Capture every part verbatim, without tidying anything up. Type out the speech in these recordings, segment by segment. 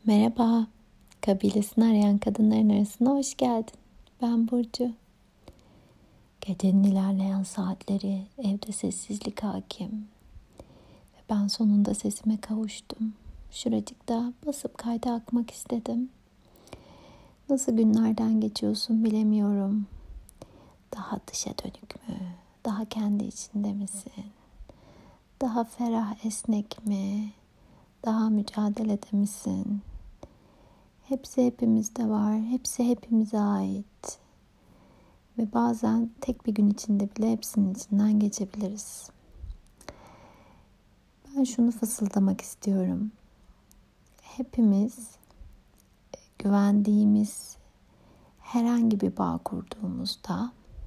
Merhaba, kabilesini arayan kadınların arasına hoş geldin. Ben Burcu. Gecenin ilerleyen saatleri, evde sessizlik hakim. Ve ben sonunda sesime kavuştum. Şuracıkta basıp kayda akmak istedim. Nasıl günlerden geçiyorsun bilemiyorum. Daha dışa dönük mü? Daha kendi içinde misin? Daha ferah, esnek mi? Daha mücadelede misin? Hepsi hepimizde var. Hepsi hepimize ait. Ve bazen tek bir gün içinde bile hepsinin içinden geçebiliriz. Ben şunu fısıldamak istiyorum. Hepimiz güvendiğimiz herhangi bir bağ kurduğumuzda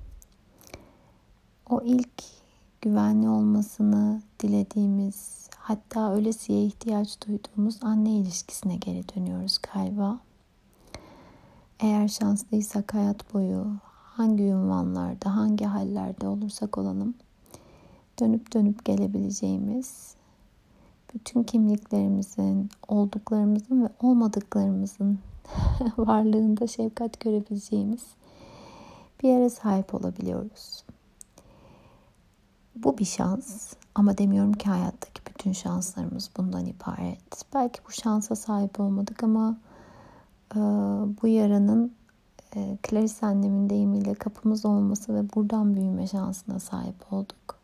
o ilk güvenli olmasını dilediğimiz, hatta ölesiye ihtiyaç duyduğumuz anne ilişkisine geri dönüyoruz galiba. Eğer şanslıysak hayat boyu hangi ünvanlarda, hangi hallerde olursak olalım dönüp dönüp gelebileceğimiz, bütün kimliklerimizin, olduklarımızın ve olmadıklarımızın varlığında şefkat görebileceğimiz bir yere sahip olabiliyoruz. Bu bir şans ama demiyorum ki hayattaki bütün şanslarımız bundan ibaret. Belki bu şansa sahip olmadık ama e, bu yaranın e, Clarice annemin deyimiyle kapımız olması ve buradan büyüme şansına sahip olduk.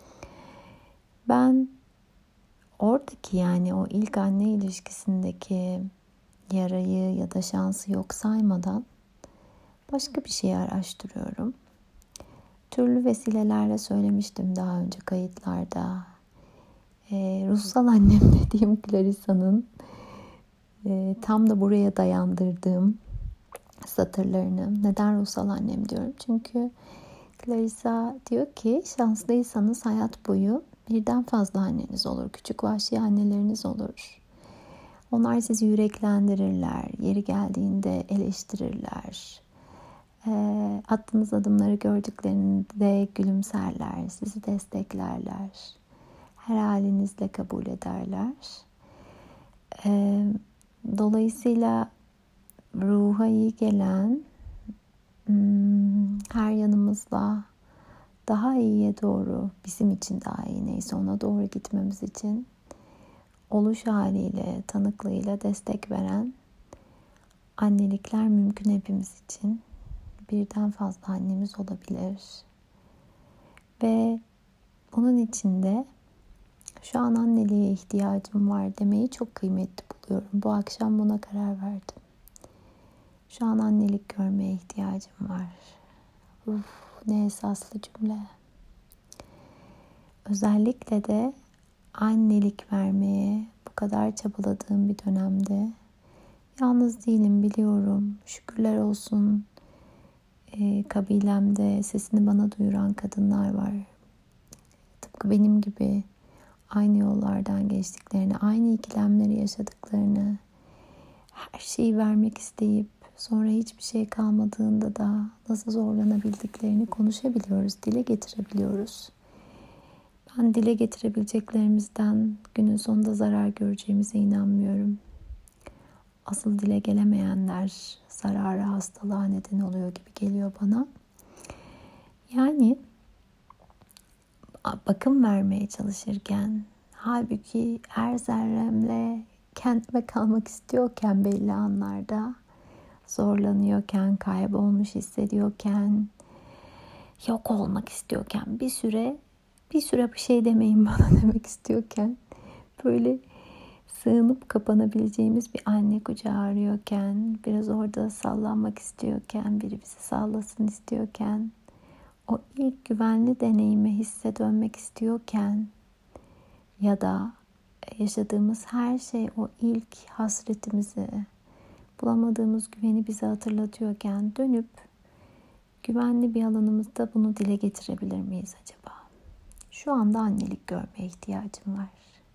Ben oradaki, yani o ilk anne ilişkisindeki yarayı ya da şansı yok saymadan başka bir şey araştırıyorum. Türlü vesilelerle söylemiştim daha önce kayıtlarda. E, ruhsal annem dediğim Clarissa'nın e, tam da buraya dayandırdığım satırlarını. Neden ruhsal annem diyorum? Çünkü Clarissa diyor ki şanslıysanız hayat boyu birden fazla anneniz olur. Küçük vahşi anneleriniz olur. Onlar sizi yüreklendirirler. Yeri geldiğinde eleştirirler. E, attığınız adımları gördüklerinde gülümserler. Sizi desteklerler. Her halinizle kabul ederler. E, dolayısıyla ruha iyi gelen, her yanımızla daha iyiye doğru, bizim için daha iyi neyse ona doğru gitmemiz için oluş haliyle, tanıklığıyla destek veren annelikler mümkün hepimiz için. Birden fazla annemiz olabilir. Ve bunun içinde şu an anneliğe ihtiyacım var demeyi çok kıymetli buluyorum. Bu akşam buna karar verdim. Şu an annelik görmeye ihtiyacım var. Uf, ne esaslı cümle. Özellikle de annelik vermeye bu kadar çabaladığım bir dönemde yalnız değilim, biliyorum. Şükürler olsun e, kabilemde sesini bana duyuran kadınlar var. Tıpkı benim gibi aynı yollardan geçtiklerini, aynı ikilemleri yaşadıklarını, her şeyi vermek isteyip sonra hiçbir şey kalmadığında da nasıl zorlanabildiklerini konuşabiliyoruz, dile getirebiliyoruz. Ben dile getirebileceklerimizden günün sonunda zarar göreceğimize inanmıyorum. Asıl dile gelemeyenler zarara, hastalığa neden oluyor gibi geliyor bana. Yani bakım vermeye çalışırken, halbuki her zerremle kendime kalmak istiyorken belli anlarda, zorlanıyorken, kaybolmuş hissediyorken, yok olmak istiyorken, bir süre bir süre bir şey demeyin bana demek istiyorken, böyle sığınıp kapanabileceğimiz bir anne kucağı arıyorken, biraz orada sallanmak istiyorken, biri bizi sallasın istiyorken, o ilk güvenli deneyime hisse dönmek istiyorken ya da yaşadığımız her şey o ilk hasretimizi, bulamadığımız güveni bize hatırlatıyorken dönüp güvenli bir alanımızda bunu dile getirebilir miyiz acaba? Şu anda annelik görmeye ihtiyacım var.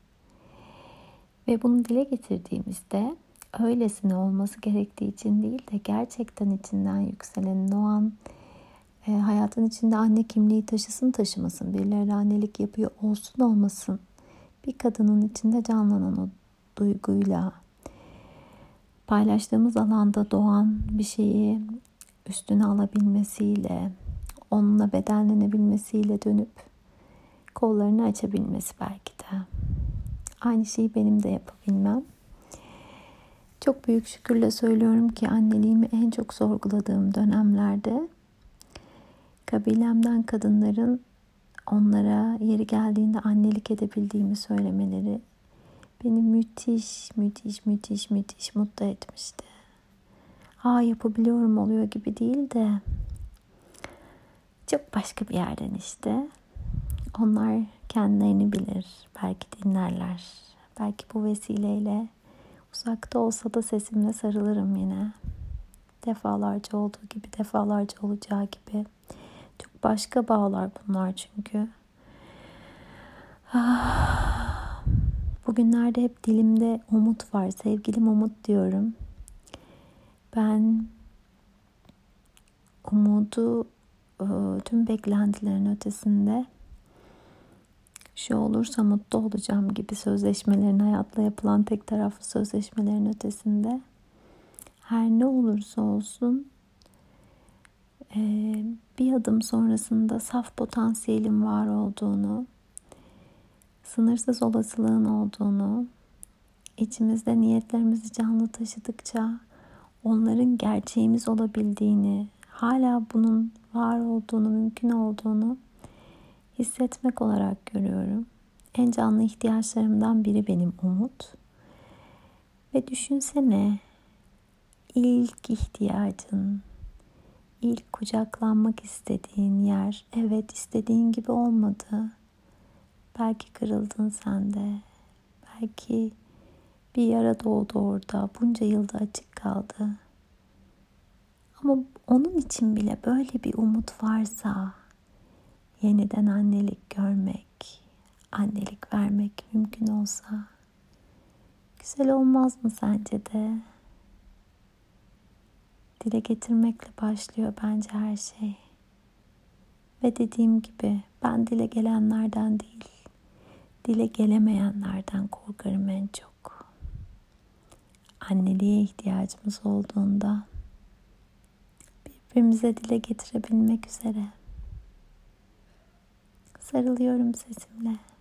Ve bunu dile getirdiğimizde öylesine olması gerektiği için değil de gerçekten içinden yükselen o an e, hayatın içinde anne kimliği taşısın taşımasın, birileri annelik yapıyor olsun olmasın, bir kadının içinde canlanan o duyguyla paylaştığımız alanda doğan bir şeyi üstüne alabilmesiyle, onunla bedenlenebilmesiyle dönüp kollarını açabilmesi belki de. Aynı şeyi benim de yapabilmem. Çok büyük şükürle söylüyorum ki anneliğimi en çok sorguladığım dönemlerde kabilemden kadınların onlara yeri geldiğinde annelik edebildiğimi söylemeleri beni müthiş, müthiş, müthiş, müthiş mutlu etmişti. Aa, yapabiliyorum oluyor gibi değil de çok başka bir yerden işte. Onlar kendilerini bilir, belki dinlerler. Belki bu vesileyle uzakta olsa da sesimle sarılırım yine. Defalarca olduğu gibi, defalarca olacağı gibi. Çok başka bağlar bunlar çünkü. Ah, bugünlerde hep dilimde umut var. Sevgilim Umut diyorum. Ben umudu tüm beklentilerin ötesinde şu olursa mutlu olacağım gibi sözleşmelerin, hayatla yapılan tek taraflı sözleşmelerin ötesinde her ne olursa olsun bir adım sonrasında saf potansiyelin var olduğunu, sınırsız olasılığın olduğunu, içimizde niyetlerimizi canlı taşıdıkça onların gerçeğimiz olabildiğini, hala bunun var olduğunu, mümkün olduğunu hissetmek olarak görüyorum. En canlı ihtiyaçlarımdan biri benim umut. Ve düşünsene, ilk ihtiyacın, ilk kucaklanmak istediğin yer, evet istediğin gibi olmadı. Belki kırıldın sen de. Belki bir yara doğdu orada, bunca yılda açık kaldı. Ama onun için bile böyle bir umut varsa, yeniden annelik görmek, annelik vermek mümkün olsa, güzel olmaz mı sence de? Dile getirmekle başlıyor bence her şey. Ve dediğim gibi ben dile gelenlerden değil, dile gelemeyenlerden korkarım en çok. Anneliğe ihtiyacımız olduğunda birbirimize dile getirebilmek üzere. Sarılıyorum sesimle.